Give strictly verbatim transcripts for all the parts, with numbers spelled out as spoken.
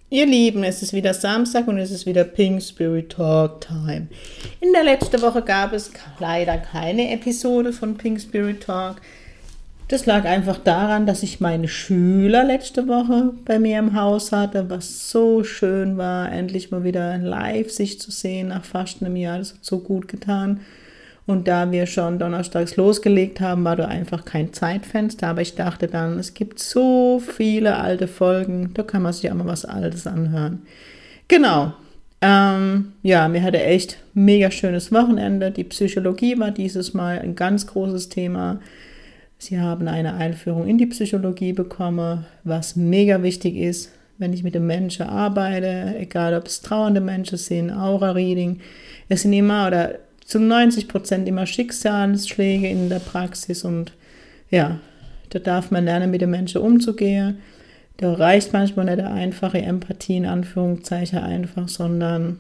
Ihr Lieben, es ist wieder Samstag und es ist wieder Pink Spirit Talk Time. In der letzten Woche gab es leider keine Episode von Pink Spirit Talk. Das lag einfach daran, dass ich meine Schüler letzte Woche bei mir im Haus hatte, was so schön war, endlich mal wieder live sich zu sehen nach fast einem Jahr. Das hat so gut getan. Und da wir schon donnerstags losgelegt haben, war da einfach kein Zeitfenster. Aber ich dachte dann, es gibt so viele alte Folgen, da kann man sich auch mal was Altes anhören. Genau. Ähm, ja, mir hatte echt mega schönes Wochenende. Die Psychologie war dieses Mal ein ganz großes Thema. Sie haben eine Einführung in die Psychologie bekommen, was mega wichtig ist, wenn ich mit den Menschen arbeite, egal ob es trauernde Menschen sind, Aura-Reading. Es sind immer oder zu neunzig Prozent immer Schicksalsschläge in der Praxis und ja, da darf man lernen, mit den Menschen umzugehen. Da reicht manchmal nicht eine einfache Empathie in Anführungszeichen einfach, sondern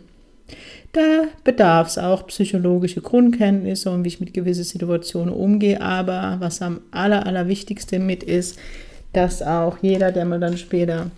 da bedarf es auch psychologische Grundkenntnisse und wie ich mit gewissen Situationen umgehe. Aber was am aller, allerwichtigsten mit ist, dass auch jeder, der mir dann später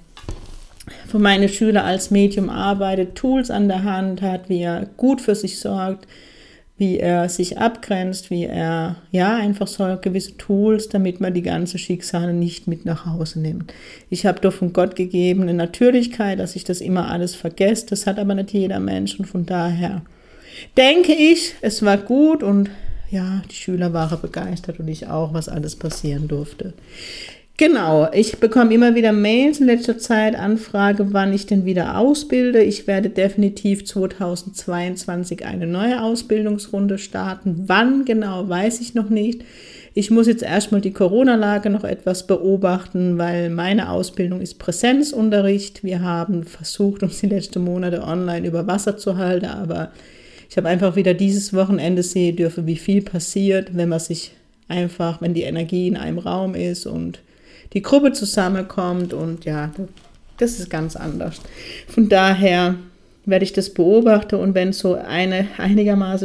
von meinen Schülern als Medium arbeitet, Tools an der Hand hat, wie er gut für sich sorgt, wie er sich abgrenzt, wie er, ja, einfach so gewisse Tools, damit man die ganze Schicksale nicht mit nach Hause nimmt. Ich habe doch von Gott gegeben eine Natürlichkeit, dass ich das immer alles vergesse, das hat aber nicht jeder Mensch und von daher denke ich, es war gut und ja, die Schüler waren begeistert und ich auch, was alles passieren durfte. Genau, ich bekomme immer wieder Mails in letzter Zeit, Anfrage, wann ich denn wieder ausbilde. Ich werde definitiv zweitausendzweiundzwanzig eine neue Ausbildungsrunde starten. Wann genau, weiß ich noch nicht. Ich muss jetzt erstmal die Corona-Lage noch etwas beobachten, weil meine Ausbildung ist Präsenzunterricht. Wir haben versucht, uns die letzten Monate online über Wasser zu halten, aber ich habe einfach wieder dieses Wochenende sehen dürfen, wie viel passiert, wenn man sich einfach, wenn die Energie in einem Raum ist und die Gruppe zusammenkommt und ja, das ist ganz anders. Von daher werde ich das beobachten und wenn so eine einigermaßen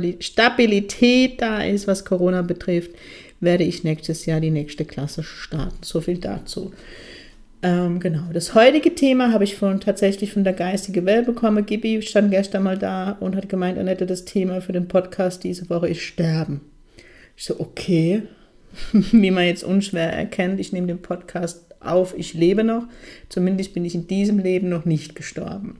Stabilität da ist, was Corona betrifft, werde ich nächstes Jahr die nächste Klasse starten. So viel dazu. Ähm, genau, das heutige Thema habe ich von, tatsächlich von der geistigen Welt bekommen. Gibi stand gestern mal da und hat gemeint, Annette, das Thema für den Podcast diese Woche ist Sterben. Ich so, okay. Wie man jetzt unschwer erkennt, ich nehme den Podcast auf, ich lebe noch. Zumindest bin ich in diesem Leben noch nicht gestorben.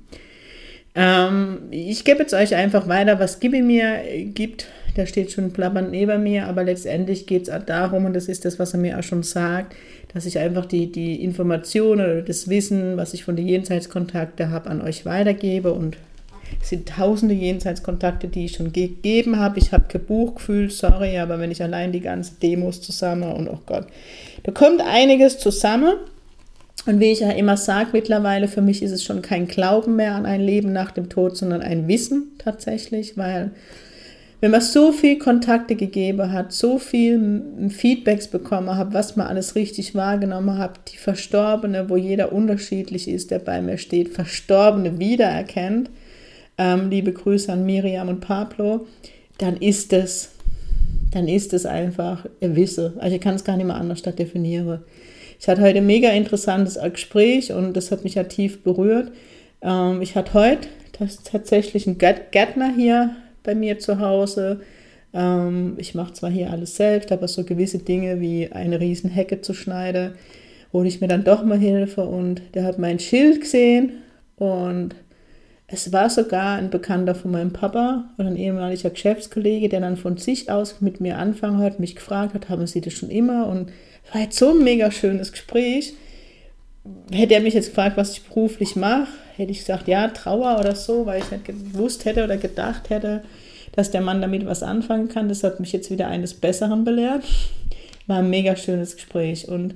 Ähm, ich gebe jetzt euch einfach weiter, was Gibi mir gibt. Da steht schon plappernd neben mir, aber letztendlich geht es auch darum, und das ist das, was er mir auch schon sagt, dass ich einfach die, die Informationen oder das Wissen, was ich von den Jenseitskontakten habe, an euch weitergebe und es sind tausende Jenseitskontakte, die ich schon gegeben habe. Ich habe kein Buch gefühlt, sorry, aber wenn ich allein die ganzen Demos zusammen und oh Gott, da kommt einiges zusammen. Und wie ich ja immer sage, mittlerweile für mich ist es schon kein Glauben mehr an ein Leben nach dem Tod, sondern ein Wissen tatsächlich, weil wenn man so viel Kontakte gegeben hat, so viel Feedbacks bekommen hat, was man alles richtig wahrgenommen hat, die Verstorbene, wo jeder unterschiedlich ist, der bei mir steht, Verstorbene wiedererkennt, Ähm, liebe Grüße an Miriam und Pablo, dann ist es, dann ist es einfach ein Wissen. Also ich kann es gar nicht mehr anders definieren. Ich hatte heute ein mega interessantes Gespräch und das hat mich ja tief berührt. Ähm, ich hatte heute das tatsächlich einen Gärtner hier bei mir zu Hause. Ähm, ich mache zwar hier alles selbst, aber so gewisse Dinge wie eine riesen Hecke zu schneiden, hole ich mir dann doch mal Hilfe und der hat mein Schild gesehen und es war sogar ein Bekannter von meinem Papa oder ein ehemaliger Geschäftskollege, der dann von sich aus mit mir anfangen hat, mich gefragt hat, haben Sie das schon immer? Und es war jetzt so ein mega schönes Gespräch. Hätte er mich jetzt gefragt, was ich beruflich mache, hätte ich gesagt, ja, Trauer oder so, weil ich nicht gewusst hätte oder gedacht hätte, dass der Mann damit was anfangen kann. Das hat mich jetzt wieder eines Besseren belehrt. War ein mega schönes Gespräch und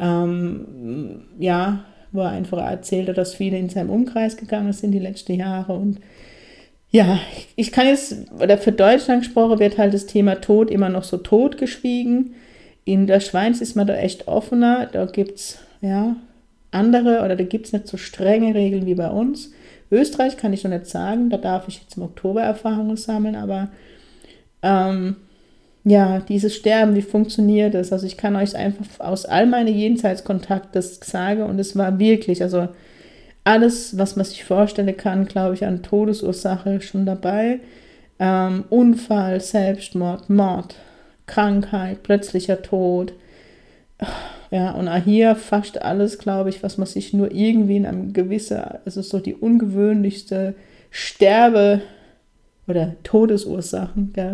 ähm, ja, wo er einfach erzählte, dass viele in seinem Umkreis gegangen sind die letzten Jahre. Und ja, ich kann jetzt, oder für Deutschland gesprochen, wird halt das Thema Tod immer noch so totgeschwiegen. In der Schweiz ist man da echt offener. Da gibt es ja, andere, oder da gibt es nicht so strenge Regeln wie bei uns. Österreich kann ich noch nicht sagen, da darf ich jetzt im Oktober Erfahrungen sammeln, aber ähm, ja, dieses Sterben, wie funktioniert das? Also ich kann euch einfach aus all meinen Jenseitskontakten das sagen und es war wirklich, also alles, was man sich vorstellen kann, glaube ich, an Todesursache schon dabei. Ähm, Unfall, Selbstmord, Mord, Krankheit, plötzlicher Tod. Ja, und auch hier fast alles, glaube ich, was man sich nur irgendwie in einem gewissen, also so die ungewöhnlichste Sterbe- oder Todesursachen, gell?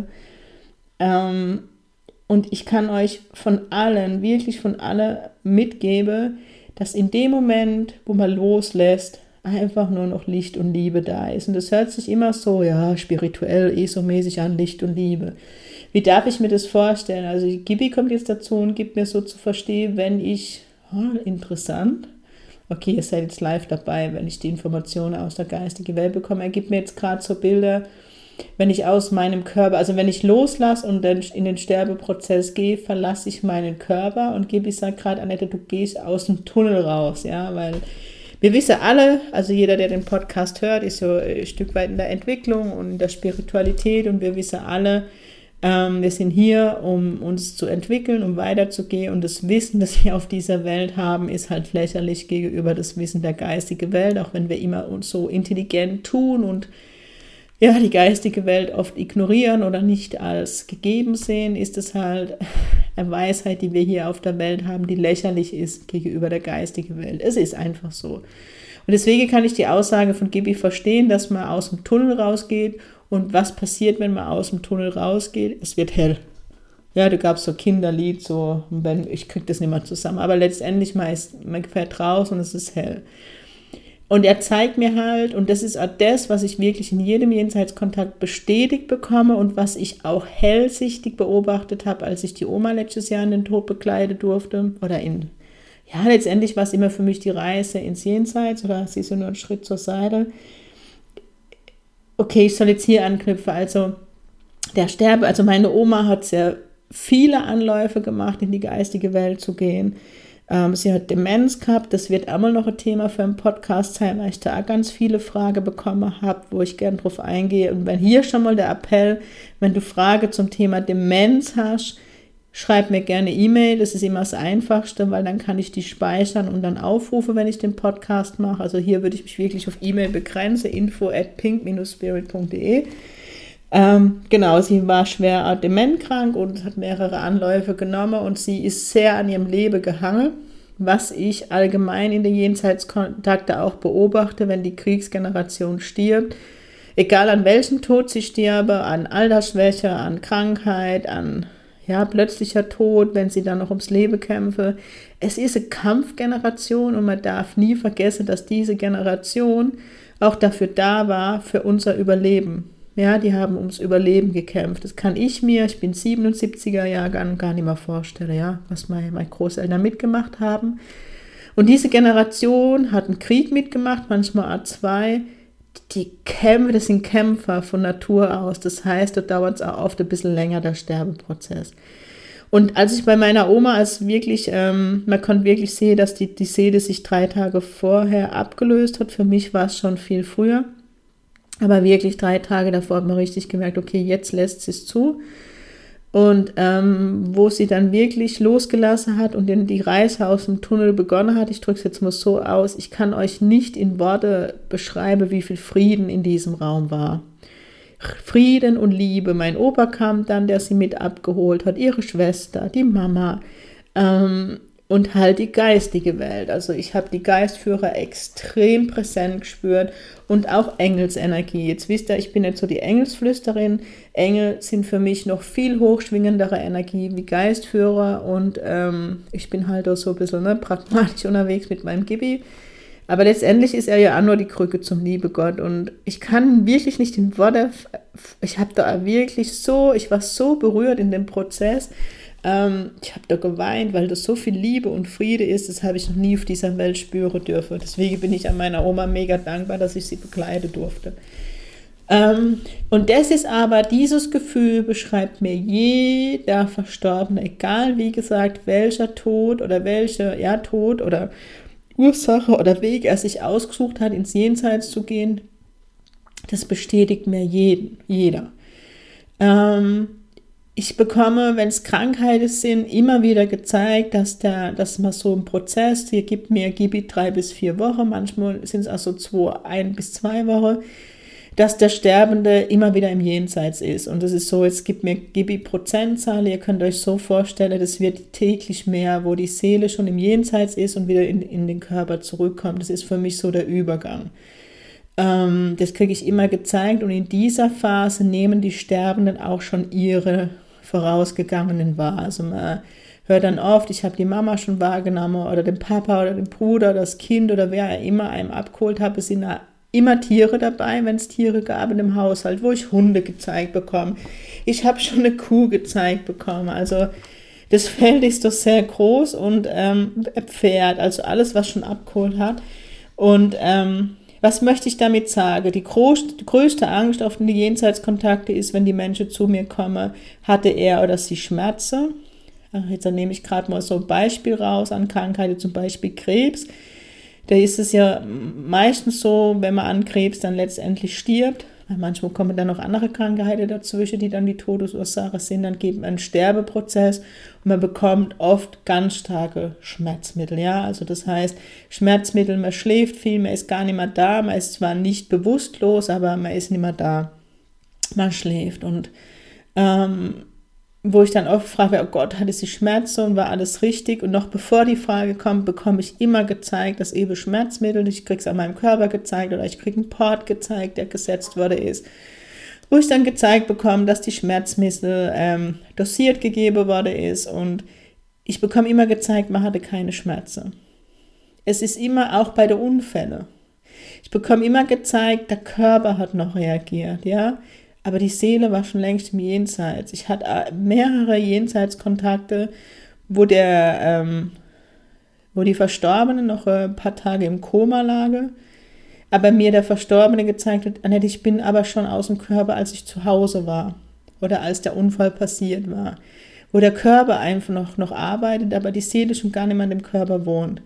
Ähm, und ich kann euch von allen, wirklich von allen mitgeben, dass in dem Moment, wo man loslässt, einfach nur noch Licht und Liebe da ist. Und das hört sich immer so, ja, spirituell, ESO-mäßig an, Licht und Liebe. Wie darf ich mir das vorstellen? Also Gibi kommt jetzt dazu und gibt mir so zu verstehen, wenn ich, oh, interessant, okay, ihr seid jetzt live dabei, wenn ich die Informationen aus der geistigen Welt bekomme. Er gibt mir jetzt gerade so Bilder, wenn ich aus meinem Körper, also wenn ich loslasse und dann in den Sterbeprozess gehe, verlasse ich meinen Körper und Gibi sagt gerade, Annette, du gehst aus dem Tunnel raus, ja, weil wir wissen alle, also jeder, der den Podcast hört, ist so ein Stück weit in der Entwicklung und in der Spiritualität und wir wissen alle, ähm, wir sind hier, um uns zu entwickeln, um weiterzugehen und das Wissen, das wir auf dieser Welt haben, ist halt lächerlich gegenüber das Wissen der geistigen Welt, auch wenn wir immer uns so intelligent tun und ja, die geistige Welt oft ignorieren oder nicht als gegeben sehen, ist es halt eine Weisheit, die wir hier auf der Welt haben, die lächerlich ist gegenüber der geistigen Welt. Es ist einfach so. Und deswegen kann ich die Aussage von Gibi verstehen, dass man aus dem Tunnel rausgeht und was passiert, wenn man aus dem Tunnel rausgeht? Es wird hell. Ja, da gab es so Kinderlied, so, wenn, ich kriege das nicht mehr zusammen, aber letztendlich man, ist, man fährt raus und es ist hell. Und er zeigt mir halt, und das ist auch das, was ich wirklich in jedem Jenseitskontakt bestätigt bekomme und was ich auch hellsichtig beobachtet habe, als ich die Oma letztes Jahr in den Tod begleiten durfte. Oder in, ja, letztendlich war es immer für mich die Reise ins Jenseits oder sie ist so nur ein Schritt zur Seite. Okay, ich soll jetzt hier anknüpfen. Also der Sterbe, also meine Oma hat sehr viele Anläufe gemacht, in die geistige Welt zu gehen. Ähm, sie hat Demenz gehabt, das wird einmal noch ein Thema für einen Podcast sein, weil ich da ganz viele Fragen bekommen habe, wo ich gerne drauf eingehe. Und wenn hier schon mal der Appell, wenn du Fragen zum Thema Demenz hast, schreib mir gerne E-Mail, das ist immer das Einfachste, weil dann kann ich die speichern und dann aufrufen, wenn ich den Podcast mache. Also hier würde ich mich wirklich auf E-Mail begrenzen, info at pink dash spirit punkt de. Ähm, genau, sie war schwer dementkrank und hat mehrere Anläufe genommen und sie ist sehr an ihrem Leben gehangen, was ich allgemein in den Jenseitskontakten auch beobachte, wenn die Kriegsgeneration stirbt. Egal an welchem Tod sie sterbe, an Altersschwäche, an Krankheit, an ja, plötzlicher Tod, wenn sie dann noch ums Leben kämpfe. Es ist eine Kampfgeneration und man darf nie vergessen, dass diese Generation auch dafür da war, für unser Überleben. Ja, die haben ums Überleben gekämpft. Das kann ich mir, ich bin siebenundsiebziger Jahrgang, gar nicht mehr vorstellen, ja, was meine, meine Großeltern mitgemacht haben. Und diese Generation hat einen Krieg mitgemacht, manchmal auch zwei. Die Kämpfe, das sind Kämpfer von Natur aus. Das heißt, da dauert es auch oft ein bisschen länger, der Sterbeprozess. Und als ich bei meiner Oma, als wirklich, ähm, man konnte wirklich sehen, dass die, die Seele sich drei Tage vorher abgelöst hat. Für mich war es schon viel früher. Aber wirklich drei Tage davor hat man richtig gemerkt, okay, jetzt lässt sie es zu. Und ähm, wo sie dann wirklich losgelassen hat und in die Reise aus dem Tunnel begonnen hat, ich drücke es jetzt mal so aus, ich kann euch nicht in Worte beschreiben, wie viel Frieden in diesem Raum war. Frieden und Liebe. Mein Opa kam dann, der sie mit abgeholt hat, ihre Schwester, die Mama, ähm, und halt die geistige Welt. Also ich habe die Geistführer extrem präsent gespürt und auch Engelsenergie. Jetzt wisst ihr, ich bin nicht so die Engelsflüsterin. Engel sind für mich noch viel hochschwingendere Energie wie Geistführer und ähm, ich bin halt auch so ein bisschen ne, pragmatisch unterwegs mit meinem Gibi. Aber letztendlich ist er ja auch nur die Krücke zum liebe Gott und ich kann wirklich nicht in Worte, ich habe da wirklich so, ich war so berührt in dem Prozess. Ich habe da geweint, weil das so viel Liebe und Friede ist, das habe ich noch nie auf dieser Welt spüren dürfen. Deswegen bin ich an meiner Oma mega dankbar, dass ich sie begleiten durfte. Und das ist aber, dieses Gefühl beschreibt mir jeder Verstorbene, egal wie gesagt, welcher Tod oder welche, ja, Tod oder Ursache oder Weg er sich ausgesucht hat, ins Jenseits zu gehen, das bestätigt mir jeden, jeder. Ähm, Ich bekomme, wenn es Krankheiten sind, immer wieder gezeigt, dass, der, dass man so ein Prozess, hier gibt mir Gibi drei bis vier Wochen, manchmal sind es auch so zwei, ein bis zwei Wochen, dass der Sterbende immer wieder im Jenseits ist. Und das ist so, es gibt mir Gibi Prozentzahl, ihr könnt euch so vorstellen, das wird täglich mehr, wo die Seele schon im Jenseits ist und wieder in, in den Körper zurückkommt. Das ist für mich so der Übergang. Ähm, das kriege ich immer gezeigt und in dieser Phase nehmen die Sterbenden auch schon ihre vorausgegangenen wahr. Also man hört dann oft, ich habe die Mama schon wahrgenommen oder den Papa oder den Bruder, das Kind oder wer immer einem abgeholt hat. Es sind immer Tiere dabei, wenn es Tiere gab in dem Haushalt, wo ich Hunde gezeigt bekomme. Ich habe schon eine Kuh gezeigt bekommen. Also das Feld ist doch sehr groß und ähm, Pferd, also alles, was schon abgeholt hat. Und ähm, was möchte ich damit sagen? Die größte, die größte Angst auf die Jenseitskontakte ist, wenn die Menschen zu mir kommen, hatte er oder sie Schmerzen. Jetzt nehme ich gerade mal so ein Beispiel raus an Krankheiten, zum Beispiel Krebs. Da ist es ja meistens so, wenn man an Krebs dann letztendlich stirbt, manchmal kommen dann noch andere Krankheiten dazwischen, die dann die Todesursache sind, dann gibt man einen Sterbeprozess und man bekommt oft ganz starke Schmerzmittel. Ja? Also das heißt, Schmerzmittel, man schläft viel, man ist gar nicht mehr da, man ist zwar nicht bewusstlos, aber man ist nicht mehr da, man schläft. Und ähm, wo ich dann oft frage, oh Gott, hatte sie Schmerzen und war alles richtig? Und noch bevor die Frage kommt, bekomme ich immer gezeigt, dass eben Schmerzmittel, ich kriege es an meinem Körper gezeigt oder ich kriege einen Port gezeigt, der gesetzt wurde ist. Wo ich dann gezeigt bekomme, dass die Schmerzmittel ähm, dosiert gegeben worden ist und ich bekomme immer gezeigt, man hatte keine Schmerzen. Es ist immer auch bei den Unfällen. Ich bekomme immer gezeigt, der Körper hat noch reagiert, ja. Aber die Seele war schon längst im Jenseits. Ich hatte mehrere Jenseitskontakte, wo, der, ähm, wo die Verstorbene noch ein paar Tage im Koma lag. Aber mir der Verstorbene gezeigt hat, Annette, ich bin aber schon aus dem Körper, als ich zu Hause war. Oder als der Unfall passiert war. Wo der Körper einfach noch, noch arbeitet, aber die Seele schon gar nicht mehr in dem Körper wohnt.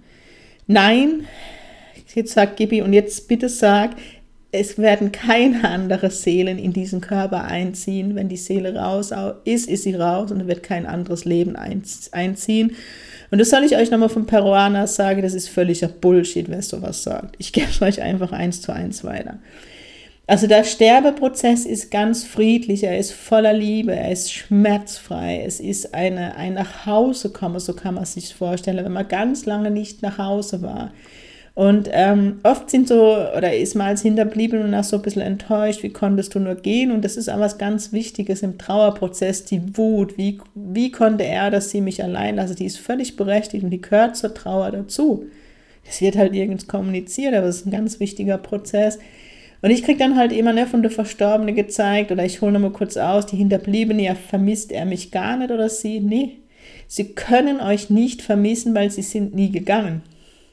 Nein, jetzt sagt Gibi, und jetzt bitte sag, es werden keine anderen Seelen in diesen Körper einziehen. Wenn die Seele raus ist, ist sie raus und es wird kein anderes Leben einziehen. Und das soll ich euch nochmal von Peruana sagen, das ist völliger Bullshit, wer sowas sagt. Ich gebe es euch einfach eins zu eins weiter. Also der Sterbeprozess ist ganz friedlich, er ist voller Liebe, er ist schmerzfrei, es ist eine, ein Nachhausekommen, so kann man es sich vorstellen, wenn man ganz lange nicht nach Hause war. Und ähm, oft sind so, oder ist man als Hinterblieben und auch so ein bisschen enttäuscht, wie konntest du nur gehen? Und das ist auch was ganz Wichtiges im Trauerprozess, die Wut. Wie, wie konnte er, dass sie mich allein lassen? Die ist völlig berechtigt und die gehört zur Trauer dazu. Das wird halt nirgends kommuniziert, aber es ist ein ganz wichtiger Prozess. Und ich kriege dann halt immer ne, von der Verstorbenen gezeigt, oder ich hole nochmal kurz aus, die Hinterbliebene, ja, vermisst er mich gar nicht oder sie? Nee, sie können euch nicht vermissen, weil sie sind nie gegangen.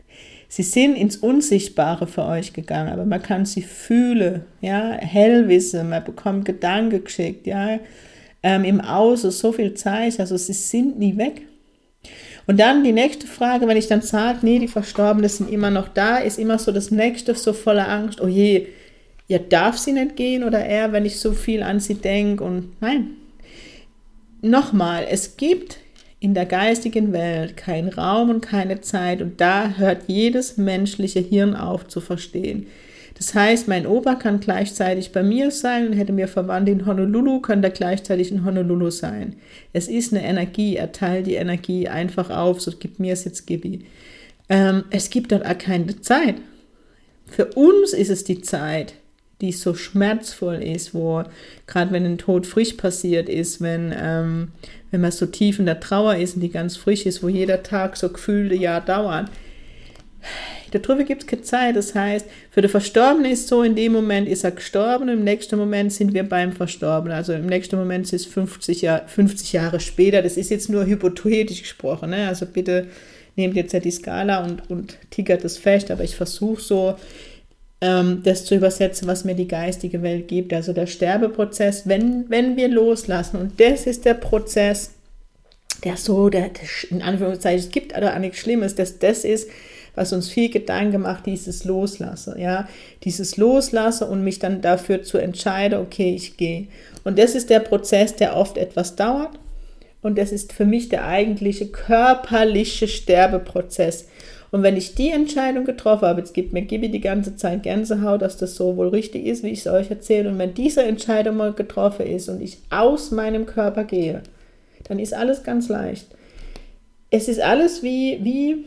Sie sind ins Unsichtbare für euch gegangen, aber man kann sie fühlen, ja, hellwissen, man bekommt Gedanken geschickt, ja, ähm, im Außen so viel Zeichen, also sie sind nie weg. Und dann die nächste Frage, wenn ich dann sage, nee, die Verstorbenen sind immer noch da, ist immer so das Nächste, so voller Angst, oh je, ja, darf sie nicht gehen oder er, wenn ich so viel an sie denke und nein. Nochmal, es gibt in der geistigen Welt kein Raum und keine Zeit und da hört jedes menschliche Hirn auf zu verstehen. Das heißt, mein Opa kann gleichzeitig bei mir sein und hätte mir verwandt in Honolulu, könnte er gleichzeitig in Honolulu sein. Es ist eine Energie, er teilt die Energie einfach auf, so gibt mir es jetzt Gibi. Ähm, es gibt dort auch keine Zeit. Für uns ist es die Zeit, die so schmerzvoll ist, wo gerade wenn ein Tod frisch passiert ist, wenn, ähm, wenn man so tief in der Trauer ist und die ganz frisch ist, wo jeder Tag so gefühlte Jahr dauert. Darüber gibt es keine Zeit, das heißt, für den Verstorbenen ist so, in dem Moment ist er gestorben und im nächsten Moment sind wir beim Verstorbenen, also im nächsten Moment ist es fünfzig, Jahr, fünfzig Jahre später, das ist jetzt nur hypothetisch gesprochen, ne? Also bitte nehmt jetzt ja die Skala und, und tickert das fest, aber ich versuche so, ähm, das zu übersetzen, was mir die geistige Welt gibt, also der Sterbeprozess, wenn, wenn wir loslassen und das ist der Prozess, der so, der, der in Anführungszeichen, es gibt aber auch nichts Schlimmes, dass das ist, was uns viel Gedanken macht, dieses Loslasse, ja, dieses Loslasse und mich dann dafür zu entscheiden, okay, ich gehe. Und das ist der Prozess, der oft etwas dauert und das ist für mich der eigentliche körperliche Sterbeprozess. Und wenn ich die Entscheidung getroffen habe, jetzt gibt mir Gibi die ganze Zeit Gänsehaut, dass das so wohl richtig ist, wie ich es euch erzähle, und wenn diese Entscheidung mal getroffen ist und ich aus meinem Körper gehe, dann ist alles ganz leicht. Es ist alles wie, wie,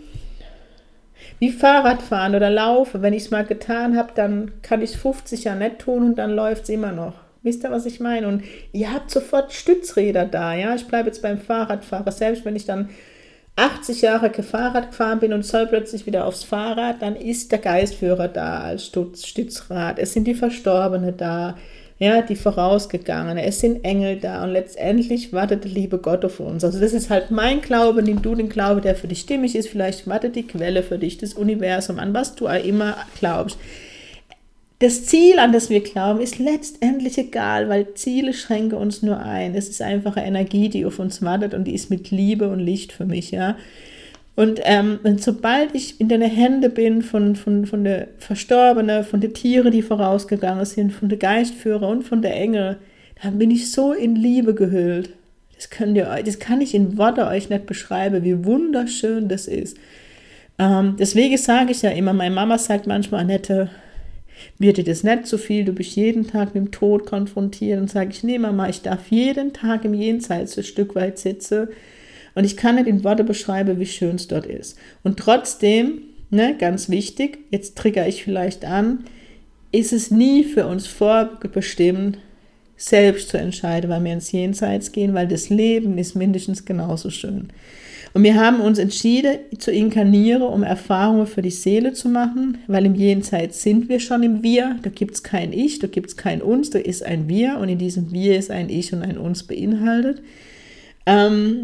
wie Fahrradfahren oder Laufen. Wenn ich es mal getan habe, dann kann ich es fünfzig Jahre nicht tun und dann läuft es immer noch. Wisst ihr, was ich meine? Und ihr habt sofort Stützräder da, ja. Ich bleibe jetzt beim Fahrradfahrer. Selbst wenn ich dann achtzig Jahre Fahrrad gefahren bin und soll plötzlich wieder aufs Fahrrad, dann ist der Geistführer da als Stütz, Stützrad. Es sind die Verstorbenen da, ja, die Vorausgegangene. Es sind Engel da und letztendlich wartet der liebe Gott auf uns. Also das ist halt mein Glaube, den du den Glaube, der für dich stimmig ist. Vielleicht wartet die Quelle für dich, das Universum, an was du auch immer glaubst. Das Ziel, an das wir glauben, ist letztendlich egal, weil Ziele schränken uns nur ein. Es ist einfach eine Energie, die auf uns wartet und die ist mit Liebe und Licht für mich, ja. Und, ähm, und sobald ich in den Händen bin von, von, von der Verstorbenen, von den Tieren, die vorausgegangen sind, von der Geistführer und von der Engel, dann bin ich so in Liebe gehüllt. Das könnt ihr euch, das kann ich in Worte euch nicht beschreiben, wie wunderschön das ist. Ähm, deswegen sage ich ja immer, meine Mama sagt manchmal, Annette, wird dir das nicht zu viel, du bist jeden Tag mit dem Tod konfrontiert, und sage ich, nee Mama, ich darf jeden Tag im Jenseits ein Stück weit sitzen und ich kann nicht in Worte beschreiben, wie schön es dort ist. Und trotzdem, ne, ganz wichtig, jetzt triggere ich vielleicht an, ist es nie für uns vorbestimmt, selbst zu entscheiden, weil wir ins Jenseits gehen, weil das Leben ist mindestens genauso schön. Und wir haben uns entschieden, zu inkarnieren, um Erfahrungen für die Seele zu machen, weil im Jenseits sind wir schon im Wir, da gibt es kein Ich, da gibt es kein Uns, da ist ein Wir und in diesem Wir ist ein Ich und ein Uns beinhaltet. Ähm,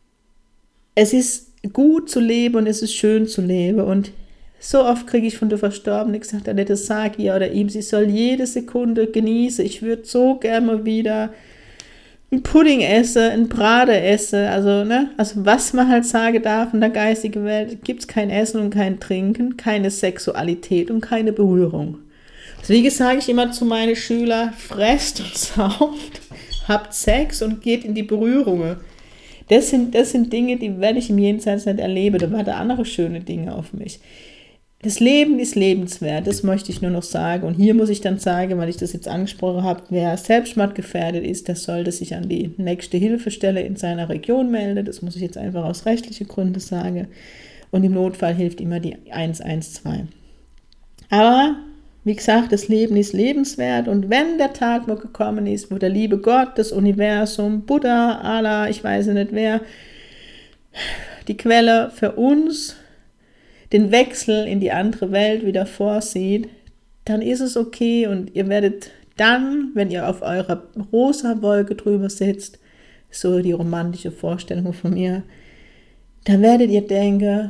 es ist gut zu leben und es ist schön zu leben und so oft kriege ich von der Verstorbenen gesagt, Annette, sag ihr oder ihm, sie soll jede Sekunde genießen, ich würde so gerne wieder ein Pudding esse, ein Brate esse, also, ne, also was man halt sagen darf in der geistigen Welt, gibt es kein Essen und kein Trinken, keine Sexualität und keine Berührung. Deswegen sage ich immer zu meinen Schülern, fresst und sauft, habt Sex und geht in die Berührungen. Das sind, das sind Dinge, die werde ich im Jenseits nicht erleben, da warten andere schöne Dinge auf mich. Das Leben ist lebenswert, das möchte ich nur noch sagen. Und hier muss ich dann sagen, weil ich das jetzt angesprochen habe, wer selbstmordgefährdet ist, der sollte sich an die nächste Hilfestelle in seiner Region melden. Das muss ich jetzt einfach aus rechtlichen Gründen sagen. Und im Notfall hilft immer die eins eins zwei. Aber, wie gesagt, das Leben ist lebenswert. Und wenn der Tag mal gekommen ist, wo der liebe Gott, das Universum, Buddha, Allah, ich weiß nicht wer, die Quelle für uns den Wechsel in die andere Welt wieder vorsieht, dann ist es okay und ihr werdet dann, wenn ihr auf eurer rosa Wolke drüber sitzt, so die romantische Vorstellung von mir, dann werdet ihr denken,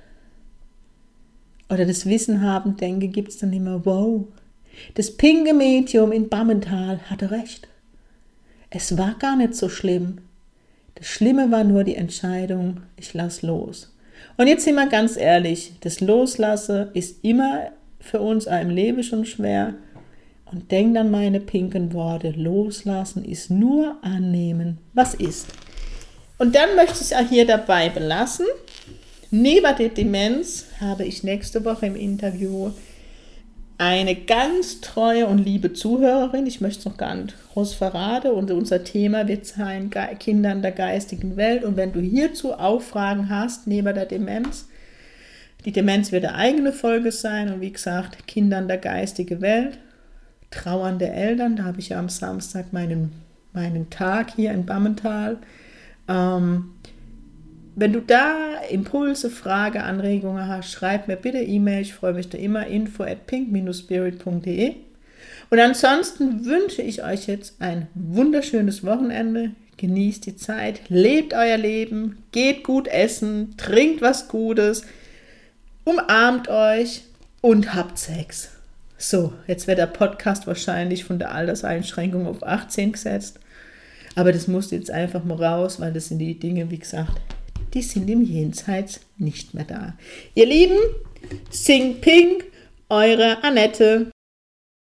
oder das Wissen haben, denke, gibt es dann immer, wow, das pinke Medium in Bammental hatte recht. Es war gar nicht so schlimm. Das Schlimme war nur die Entscheidung, ich lasse los. Und jetzt sind wir ganz ehrlich, das Loslassen ist immer für uns auch im Leben schon schwer. Und denk an meine pinken Worte, loslassen ist nur annehmen, was ist. Und dann möchte ich es auch hier dabei belassen. Neben der Demenz habe ich nächste Woche im Interview eine ganz treue und liebe Zuhörerin, ich möchte es noch gar nicht groß verraten, und unser Thema wird sein, Kindern der geistigen Welt. Und wenn du hierzu auch Fragen hast, neben der Demenz, die Demenz wird eine eigene Folge sein, und wie gesagt, Kindern der geistigen Welt, trauernde Eltern, da habe ich ja am Samstag meinen, meinen Tag hier in Bammental. Ähm, Wenn du da Impulse, Frage, Anregungen hast, schreib mir bitte E-Mail. Ich freue mich da immer. info at pink dash spirit punkt de. Und ansonsten wünsche ich euch jetzt ein wunderschönes Wochenende. Genießt die Zeit, lebt euer Leben, geht gut essen, trinkt was Gutes, umarmt euch und habt Sex. So, jetzt wird der Podcast wahrscheinlich von der Alterseinschränkung auf achtzehn gesetzt. Aber das muss jetzt einfach mal raus, weil das sind die Dinge, wie gesagt, die sind im Jenseits nicht mehr da. Ihr Lieben, Sing Pink, eure Annette.